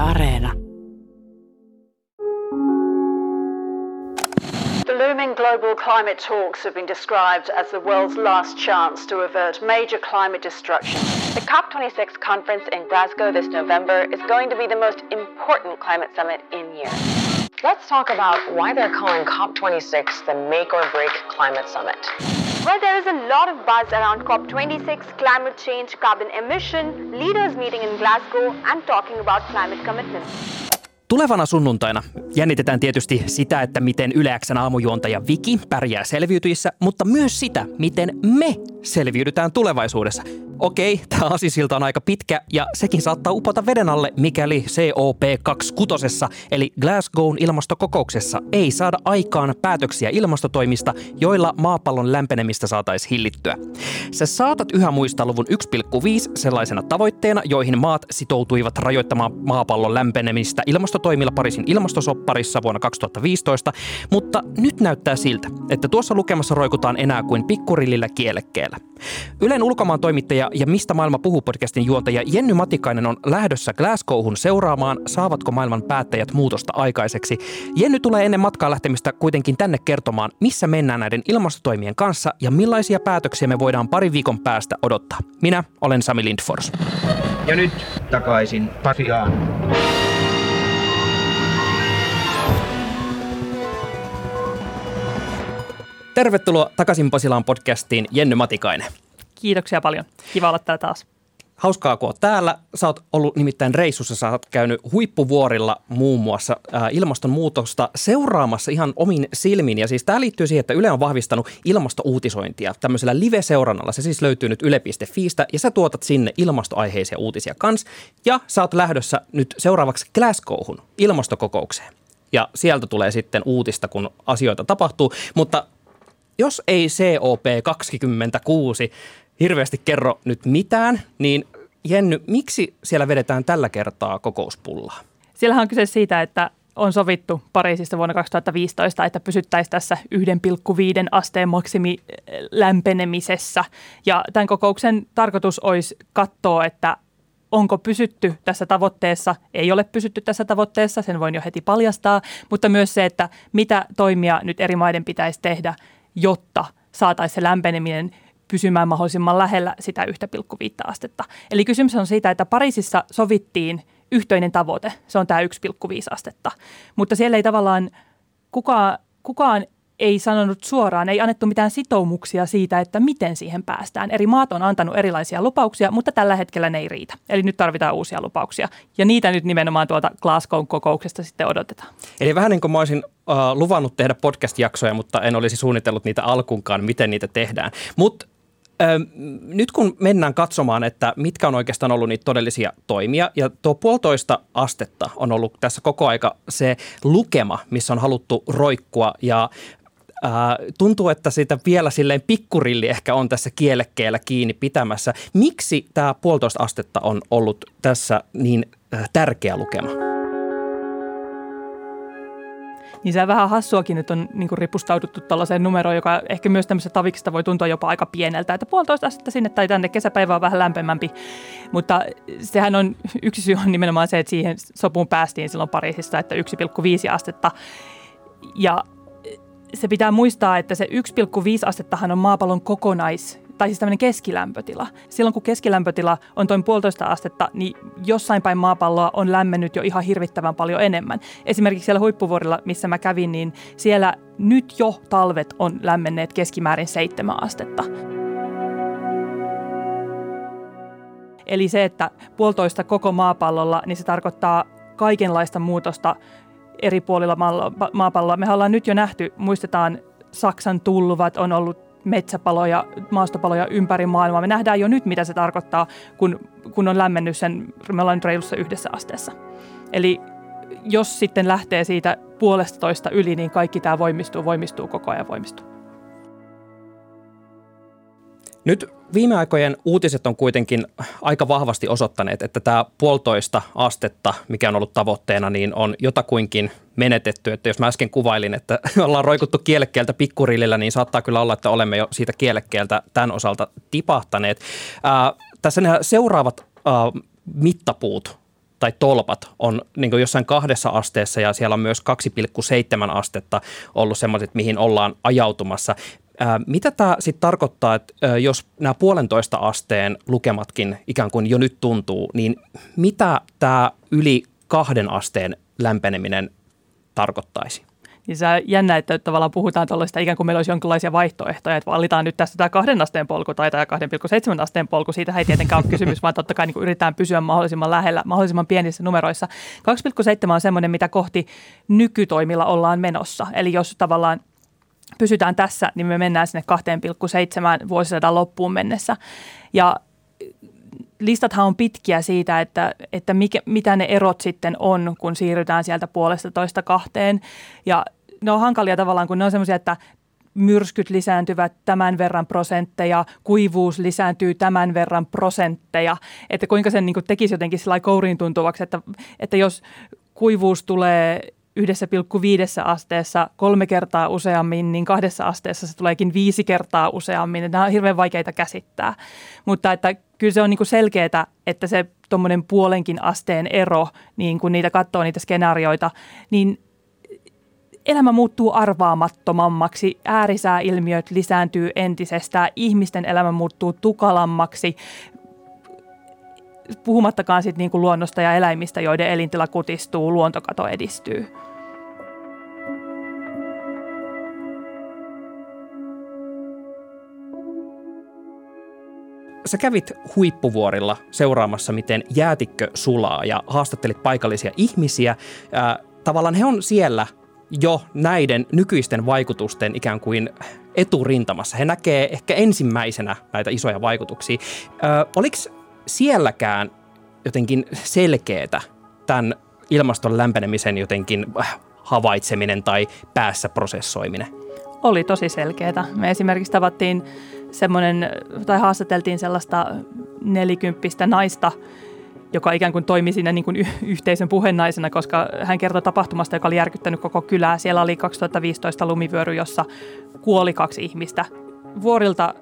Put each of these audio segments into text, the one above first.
Areena. The looming global climate talks have been described as the world's last chance to avert major climate destruction. The COP26 conference in Glasgow this November is going to be the most important climate summit in years. Let's talk about why they're calling COP26 the make or break climate summit. Well, there is a lot of buzz around COP26, climate change, carbon emission, leaders meeting in Glasgow and talking about climate commitments. Tulevana sunnuntaina jännitetään tietysti sitä, että miten Yle X:n aamujuontaja Viki pärjää selviytyissä, mutta myös sitä, miten me selviydytään tulevaisuudessa. Okei, tämä aasinsilta on aika pitkä ja sekin saattaa upota veden alle, mikäli COP26 eli Glasgown ilmastokokouksessa ei saada aikaan päätöksiä ilmastotoimista, joilla maapallon lämpenemistä saataisiin hillittyä. Sä saatat yhä muistaa luvun 1,5 sellaisena tavoitteena, joihin maat sitoutuivat rajoittamaan maapallon lämpenemistä ilmastotoimilla Pariisin ilmastosopparissa vuonna 2015, mutta nyt näyttää siltä, että tuossa lukemassa roikutaan enää kuin pikkurillillä kielekkeellä. Ylen ulkomaan toimittaja ja Mistä maailma puhuu -podcastin juontaja Jenny Matikainen on lähdössä Glasgowhun seuraamaan, saavatko maailman päättäjät muutosta aikaiseksi. Jenny tulee ennen matkaa lähtemistä kuitenkin tänne kertomaan, missä mennään näiden ilmastotoimien kanssa ja millaisia päätöksiä me voidaan parin viikon päästä odottaa. Minä olen Sami Lindfors. Ja nyt takaisin Pasiaan. Tervetuloa takaisin Pasilaan podcastiin, Jenny Matikainen. Kiitoksia paljon. Kiva olla täällä taas. Hauskaa, kun oot täällä. Sä oot ollut nimittäin reissussa, sä oot käynyt huippuvuorilla muun muassa ilmastonmuutosta seuraamassa ihan omin silmin. Ja siis tää liittyy siihen, että Yle on vahvistanut ilmastouutisointia tämmöisellä live-seurannalla. Se siis löytyy nyt yle.fiistä ja sä tuotat sinne ilmastoaiheisia uutisia kanssa. Ja sä oot lähdössä nyt seuraavaksi Glasgowhun ilmastokokoukseen. Ja sieltä tulee sitten uutista, kun asioita tapahtuu. Mutta jos ei COP26 hirveästi kerro nyt mitään, niin Jenny, miksi siellä vedetään tällä kertaa kokouspullaa? Siellähän on kyse siitä, että on sovittu Pariisissa vuonna 2015, että pysyttäisiin tässä 1,5 asteen maksimi lämpenemisessä. Ja tämän kokouksen tarkoitus olisi katsoa, että onko pysytty tässä tavoitteessa, ei ole pysytty tässä tavoitteessa, sen voin jo heti paljastaa, mutta myös se, että mitä toimia nyt eri maiden pitäisi tehdä, jotta saataisiin se lämpeneminen pysymään mahdollisimman lähellä sitä 1,5 astetta. Eli kysymys on siitä, että Pariisissa sovittiin yhteinen tavoite, se on tämä 1,5 astetta, mutta siellä ei tavallaan kukaan ei sanonut suoraan, ei annettu mitään sitoumuksia siitä, että miten siihen päästään. Eri maat on antanut erilaisia lupauksia, mutta tällä hetkellä ne ei riitä. Eli nyt tarvitaan uusia lupauksia. Ja niitä nyt nimenomaan tuolta Glasgown kokouksesta sitten odotetaan. Eli vähän niin kuin mä olisin luvannut tehdä podcast-jaksoja, mutta en olisi suunnitellut niitä alkuunkaan, miten niitä tehdään. Mutta nyt kun mennään katsomaan, että mitkä on oikeastaan ollut niitä todellisia toimia, ja tuo 1,5 astetta on ollut tässä koko aika se lukema, missä on haluttu roikkua, ja tuntuu, että sitä vielä silleen pikkurilli ehkä on tässä kielekkeellä kiinni pitämässä. Miksi tämä 1,5 astetta on ollut tässä niin tärkeä lukema? Niin se vähän hassuakin, että on niin kuin ripustauduttu tällaiseen numeroon, joka ehkä myös tämmöisestä taviksesta voi tuntua jopa aika pieneltä. Että 1,5 astetta sinne tai tänne, kesäpäivä on vähän lämpimämpi. Mutta sehän on, yksi syy on nimenomaan se, että siihen sopuun päästiin silloin Pariisissa, että 1,5 astetta. Ja se pitää muistaa, että se 1,5 astettahan on maapallon tai siis tämmöinen keskilämpötila. Silloin kun keskilämpötila on tuon 1,5 astetta, niin jossain päin maapalloa on lämmennyt jo ihan hirvittävän paljon enemmän. Esimerkiksi siellä huippuvuorilla, missä mä kävin, niin siellä nyt jo talvet on lämmenneet keskimäärin 7 astetta. Eli se, että 1,5 koko maapallolla, niin se tarkoittaa kaikenlaista muutosta eri puolilla maapalloa. Me ollaan nyt jo nähty, muistetaan Saksan tulvat, on ollut metsäpaloja, maastopaloja ympäri maailmaa. Me nähdään jo nyt, mitä se tarkoittaa, kun on lämmennyt me ollaan nyt reilussa 1 asteessa. Eli jos sitten lähtee siitä 1,5 yli, niin kaikki tämä voimistuu koko ajan voimistuu. Nyt viime aikojen uutiset on kuitenkin aika vahvasti osoittaneet, että tämä 1,5 astetta, mikä on ollut tavoitteena, niin on jotakuinkin menetetty. Että jos mä äsken kuvailin, että ollaan roikuttu kielekkeeltä pikkurillillä, niin saattaa kyllä olla, että olemme jo siitä kielekkeeltä tämän osalta tipahtaneet. Tässä nämä seuraavat mittapuut tai tolpat on niin kuin jossain 2 asteessa ja siellä on myös 2,7 astetta ollut sellaiset, mihin ollaan ajautumassa. Mitä tämä sitten tarkoittaa, että jos nämä 1,5 asteen lukematkin ikään kuin jo nyt tuntuu, niin mitä tämä yli 2 asteen lämpeneminen tarkoittaisi? Niin se on jännä, että tavallaan puhutaan tuollaista ikään kuin meillä olisi jonkinlaisia vaihtoehtoja, että valitaan nyt tästä tämä 2 asteen polku tai tämä 2,7 asteen polku. Siitä ei tietenkään ole kysymys, vaan totta kai niin kuin yritetään pysyä mahdollisimman lähellä, mahdollisimman pienissä numeroissa. 2,7 on semmoinen, mitä kohti nykytoimilla ollaan menossa. Eli jos tavallaan pysytään tässä, niin me mennään sinne 2,7 vuosisadan loppuun mennessä. Ja listathan on pitkiä siitä, että mitä ne erot sitten on, kun siirrytään sieltä 1,5–2. Ja ne on hankalia tavallaan, kun ne on semmoisia, että myrskyt lisääntyvät tämän verran prosentteja, kuivuus lisääntyy tämän verran prosentteja. Että kuinka sen niin kuin tekisi jotenkin sillä kouriin tuntuvaksi, että jos kuivuus tulee 1,5 asteessa 3 kertaa useammin, niin 2 asteessa se tuleekin 5 kertaa useammin. Nämä on hirveän vaikeita käsittää, mutta että kyllä se on niin kuin selkeää, että se tuommoinen 0,5 asteen ero, niin kun niitä katsoo niitä skenaarioita, niin elämä muuttuu arvaamattomammaksi, äärisääilmiöt lisääntyy entisestään, ihmisten elämä muuttuu tukalammaksi, puhumattakaan sitten niin kuin luonnosta ja eläimistä, joiden elintila kutistuu, luontokato edistyy. Sä kävit Huippuvuorilla seuraamassa, miten jäätikkö sulaa ja haastattelit paikallisia ihmisiä. Tavallaan he on siellä jo näiden nykyisten vaikutusten ikään kuin eturintamassa. He näkee ehkä ensimmäisenä näitä isoja vaikutuksia. Oliko sielläkään jotenkin selkeätä tämän ilmaston lämpenemisen jotenkin havaitseminen tai päässä prosessoiminen? Oli tosi selkeätä. Me esimerkiksi tavattiin haastateltiin sellaista 40 naista, joka ikään kuin toimi siinä niin kuin yhteisön puhenaisena, koska hän kertoi tapahtumasta, joka oli järkyttänyt koko kylää. Siellä oli 2015 lumivyöry, jossa kuoli 2 ihmistä. Vuorilta,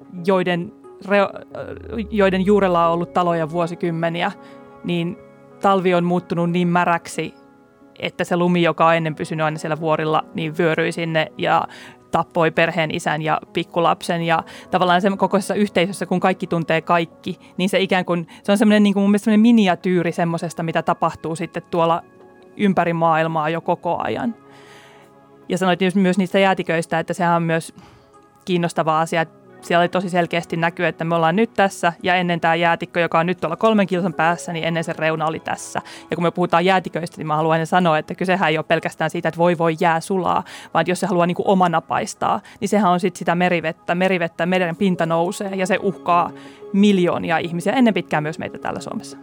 joiden juurella on ollut taloja vuosikymmeniä, niin talvi on muuttunut niin märäksi, että se lumi, joka on ennen pysynyt aina siellä vuorilla, niin vyöryi sinne ja tappoi perheen isän ja pikkulapsen. Ja tavallaan se kokoisessa yhteisössä, kun kaikki tuntee kaikki, niin se ikään kuin, se on semmoinen niin kuin mun mielestä semmoinen miniatyyri semmoisesta, mitä tapahtuu sitten tuolla ympäri maailmaa jo koko ajan. Ja sanoit myös niistä jäätiköistä, että sehän on myös kiinnostava asia, että siellä oli tosi selkeästi näkyy, että me ollaan nyt tässä ja ennen tämä jäätikkö, joka on nyt tuolla 3 kilsan päässä, niin ennen sen reuna oli tässä. Ja kun me puhutaan jäätiköistä, niin mä haluan aina sanoa, että kysehän ei ole pelkästään siitä, että voi jää sulaa, vaan jos se haluaa niin kuin omanapaistaa, niin sehän on sitten sitä merivettä, meren pinta nousee ja se uhkaa miljoonia ihmisiä, ennen pitkään myös meitä täällä Suomessa.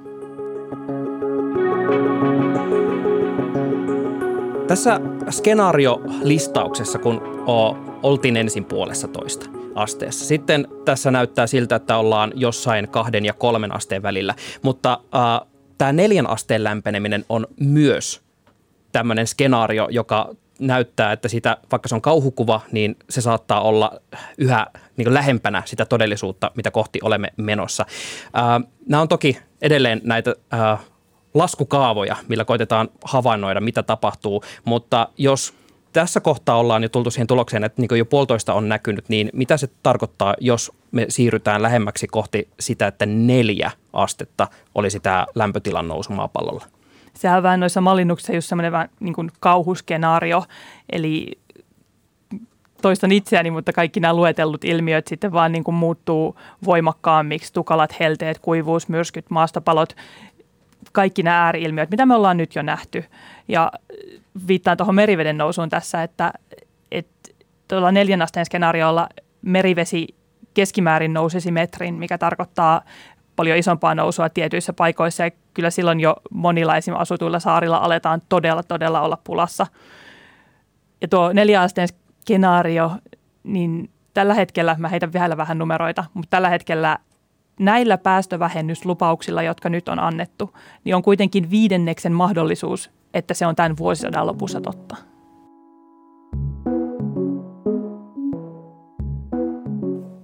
Tässä skenaariolistauksessa, kun oltiin ensin 1,5 asteessa. Sitten tässä näyttää siltä, että ollaan jossain 2 ja 3 asteen välillä, mutta tämä 4 asteen lämpeneminen on myös tämmöinen skenaario, joka näyttää, että sitä, vaikka se on kauhukuva, niin se saattaa olla yhä niin kuin lähempänä sitä todellisuutta, mitä kohti olemme menossa. Nämä on toki edelleen näitä laskukaavoja, millä koitetaan havainnoida, mitä tapahtuu, mutta jos tässä kohtaa ollaan jo tultu siihen tulokseen, että niin jo 1,5 on näkynyt, niin mitä se tarkoittaa, jos me siirrytään lähemmäksi kohti sitä, että 4 astetta olisi tämä lämpötilan nousu maapallolla? Sehän on vähän noissa mallinnuksissa just semmoinen vähän niin kuin kauhuskenaario, eli toistan itseäni, mutta kaikki nämä luetellut ilmiöt sitten vaan niin kuin muuttuu voimakkaammiksi, tukalat, helteet, kuivuus, myrskyt, maastopalot, kaikki nämä ääri-ilmiöt, mitä me ollaan nyt jo nähty. Ja viittaan tuohon meriveden nousuun tässä, että tuolla 4 asteen skenaariolla merivesi keskimäärin nousisi metrin, mikä tarkoittaa paljon isompaa nousua tietyissä paikoissa. Ja kyllä silloin jo monilla esimerkiksi asutuilla saarilla aletaan todella olla pulassa. Ja tuo 4 asteen skenaario, niin tällä hetkellä, mä heitän vielä vähän numeroita, mutta tällä hetkellä näillä päästövähennyslupauksilla, jotka nyt on annettu, niin on kuitenkin 5 mahdollisuus, että se on tämän vuosisadan lopussa totta.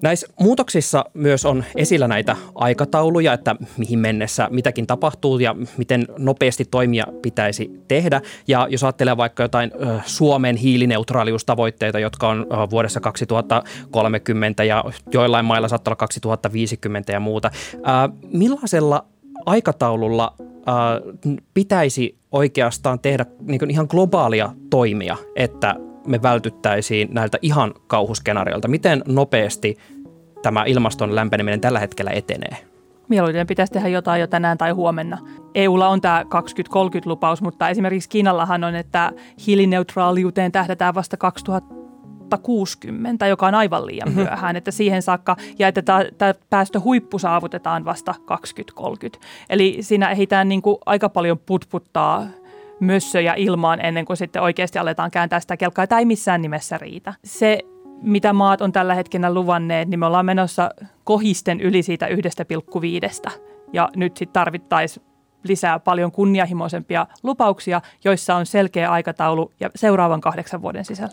Näissä muutoksissa myös on esillä näitä aikatauluja, että mihin mennessä mitäkin tapahtuu ja miten nopeasti toimia pitäisi tehdä. Ja jos ajattelee vaikka jotain Suomen hiilineutraaliustavoitteita, jotka on vuodessa 2030 ja joillain mailla saattaa olla 2050 ja muuta. Millaisella aikataululla pitäisi oikeastaan tehdä niin kuin ihan globaalia toimia, että me vältyttäisiin näiltä ihan kauhuskenaarioilta? Miten nopeasti tämä ilmaston lämpeneminen tällä hetkellä etenee? Mieluiten pitäisi tehdä jotain jo tänään tai huomenna. EUlla on tämä 2030-lupaus, mutta esimerkiksi Kiinallahan on, että hiilineutraaliuteen tähdätään vasta 2060, joka on aivan liian myöhään, että siihen saakka, ja että tämä päästöhuippu saavutetaan vasta 2030. Eli siinä ehditään niin kuin aika paljon putputtaa mössöjä ilmaan ennen kuin sitten oikeasti aletaan kääntää sitä kelkkaa. Tämä ei missään nimessä riitä. Se, mitä maat on tällä hetkellä luvanneet, niin me ollaan menossa kohisten yli siitä 1,5. Ja nyt sitten tarvittaisiin lisää paljon kunnianhimoisempia lupauksia, joissa on selkeä aikataulu ja seuraavan 8 vuoden sisällä.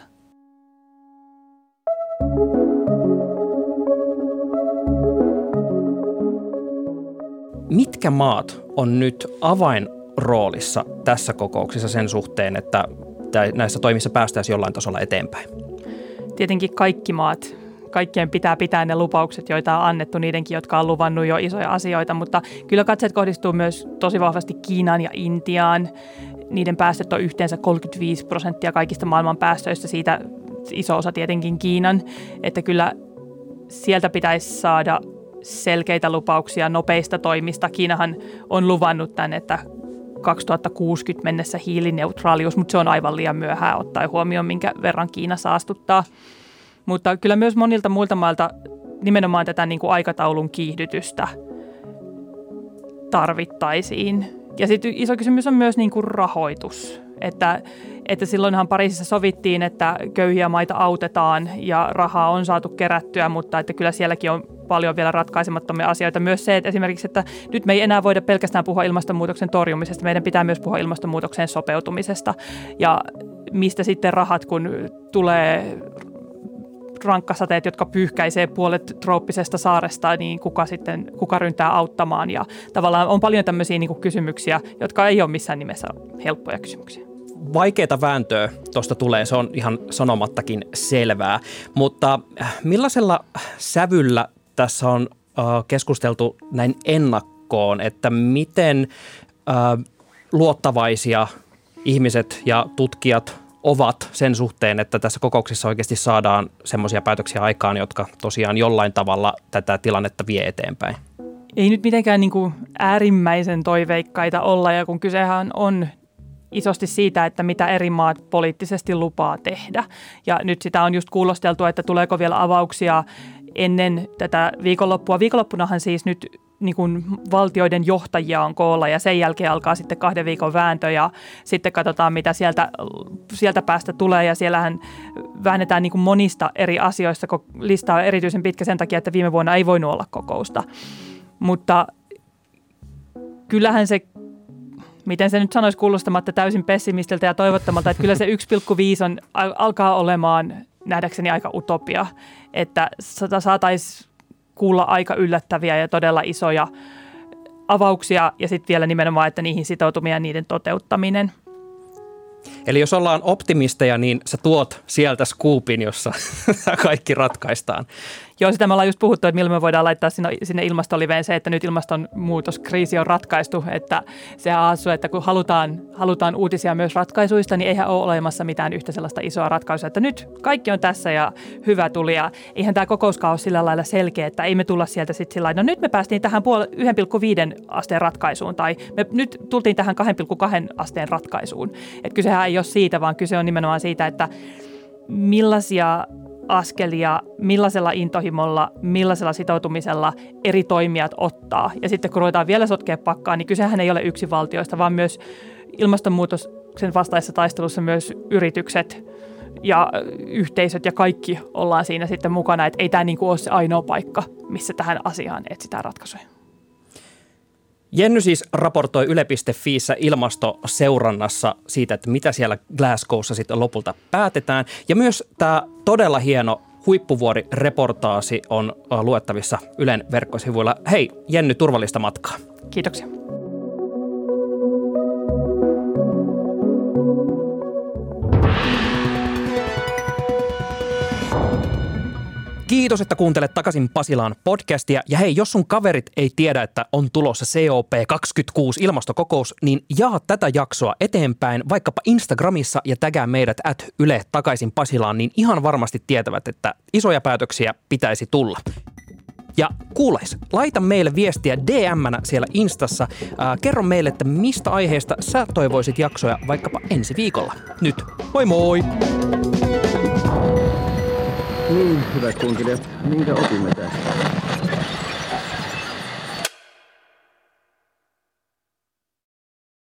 Mitkä maat on nyt avainroolissa tässä kokouksessa sen suhteen, että näissä toimissa päästäisiin jollain tasolla eteenpäin? Tietenkin kaikki maat. Kaikkien pitää pitää ne lupaukset, joita on annettu, niidenkin, jotka on luvannut jo isoja asioita, mutta kyllä katseet kohdistuu myös tosi vahvasti Kiinaan ja Intiaan. Niiden päästöt on yhteensä 35% kaikista maailman päästöistä, siitä iso osa tietenkin Kiinan, että kyllä sieltä pitäisi saada selkeitä lupauksia nopeista toimista. Kiinahan on luvannut tämän, että 2060 mennessä hiilineutraalius, mutta se on aivan liian myöhään ottaen huomioon, minkä verran Kiina saastuttaa. Mutta kyllä myös monilta muilta mailta nimenomaan tätä niin kuin aikataulun kiihdytystä tarvittaisiin. Ja sitten iso kysymys on myös niin kuin rahoitus, että silloinhan Pariisissa sovittiin, että köyhiä maita autetaan ja rahaa on saatu kerättyä, mutta että kyllä sielläkin on paljon vielä ratkaisemattomia asioita. Myös se, että esimerkiksi, että nyt me ei enää voida pelkästään puhua ilmastonmuutoksen torjumisesta, meidän pitää myös puhua ilmastonmuutokseen sopeutumisesta. Ja mistä sitten rahat, kun tulee rankkasateet, jotka pyyhkäisee puolet trooppisesta saaresta, niin kuka ryntää auttamaan. Ja tavallaan on paljon tämmöisiä niin kuin kysymyksiä, jotka ei ole missään nimessä helppoja kysymyksiä. Vaikeata vääntöä tuosta tulee, se on ihan sanomattakin selvää, mutta millaisella sävyllä tässä on keskusteltu näin ennakkoon, että miten luottavaisia ihmiset ja tutkijat ovat sen suhteen, että tässä kokouksessa oikeasti saadaan semmoisia päätöksiä aikaan, jotka tosiaan jollain tavalla tätä tilannetta vie eteenpäin? Ei nyt mitenkään niin kuin äärimmäisen toiveikkaita olla, ja kun kysehän on isosti siitä, että mitä eri maat poliittisesti lupaa tehdä. Ja nyt sitä on just kuulosteltu, että tuleeko vielä avauksia ennen tätä viikonloppua. Viikonloppunahan siis nyt niin kuin valtioiden johtajia on koolla ja sen jälkeen alkaa sitten 2 viikon vääntö ja sitten katsotaan, mitä sieltä päästä tulee. Ja siellähän väännetään niin kuin monista eri asioista, kun lista on erityisen pitkä sen takia, että viime vuonna ei voinut olla kokousta. Mutta kyllähän se, miten se nyt sanoisi kuulostamatta täysin pessimistiltä ja toivottomalta, että kyllä se 1,5 alkaa olemaan nähdäkseni aika utopia, että saataisiin kuulla aika yllättäviä ja todella isoja avauksia ja sitten vielä nimenomaan, että niihin sitoutuminen ja niiden toteuttaminen. Eli jos ollaan optimisteja, niin sä tuot sieltä skuupin, jossa kaikki ratkaistaan. Joo, sitä me ollaan just puhuttu, että millä me voidaan laittaa sinne ilmastoliveen se, että nyt ilmastonmuutoskriisi on ratkaistu. Että se on hassu, että kun halutaan uutisia myös ratkaisuista, niin eihän ole olemassa mitään yhtä sellaista isoa ratkaisua, että nyt kaikki on tässä ja hyvä tuli. Ja eihän tämä kokouskaan ole sillä lailla selkeä, että ei me tulla sieltä sitten sillä lailla, no nyt me päästiin tähän 1,5 asteen ratkaisuun tai me nyt tultiin tähän 2,2 asteen ratkaisuun. Että kysehän ei ole siitä, vaan kyse on nimenomaan siitä, että millaisia askelia, millaisella intohimolla, millaisella sitoutumisella eri toimijat ottaa. Ja sitten kun ruvetaan vielä sotkea pakkaa, niin kysehän ei ole yksin valtioista, vaan myös ilmastonmuutoksen vastaisessa taistelussa myös yritykset ja yhteisöt ja kaikki ollaan siinä sitten mukana. Että ei tämä niin kuin ole se ainoa paikka, missä tähän asiaan etsitään ratkaisuja. Jenny siis raportoi Yle.fiissä ilmastoseurannassa siitä, että mitä siellä Glasgowssa sitten lopulta päätetään. Ja myös tämä todella hieno huippuvuori-reportaasi on luettavissa Ylen verkkosivuilla. Hei Jenny, turvallista matkaa. Kiitoksia. Kiitos, että kuuntelet Takaisin Pasilaan podcastia. Ja hei, jos sun kaverit ei tiedä, että on tulossa COP26 ilmastokokous, niin jaa tätä jaksoa eteenpäin vaikkapa Instagramissa ja tägää meidät @Yle Takaisin Pasilaan, niin ihan varmasti tietävät, että isoja päätöksiä pitäisi tulla. Ja kuules, laita meille viestiä DM-nä siellä Instassa. Kerro meille, että mistä aiheesta sä toivoisit jaksoja vaikkapa ensi viikolla. Nyt, moi moi! Niin, hyvät kuuntelijat, minkä opimme tästä?